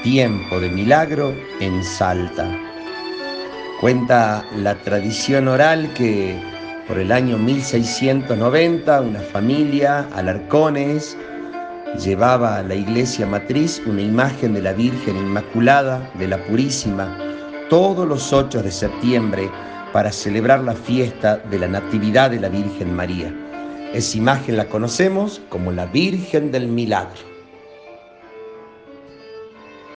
tiempo de milagro en Salta. Cuenta la tradición oral que por el año 1690 una familia, Alarcones, llevaba a la iglesia matriz una imagen de la Virgen Inmaculada, de la Purísima, todos los 8 de septiembre para celebrar la fiesta de la Natividad de la Virgen María. Esa imagen la conocemos como la Virgen del Milagro.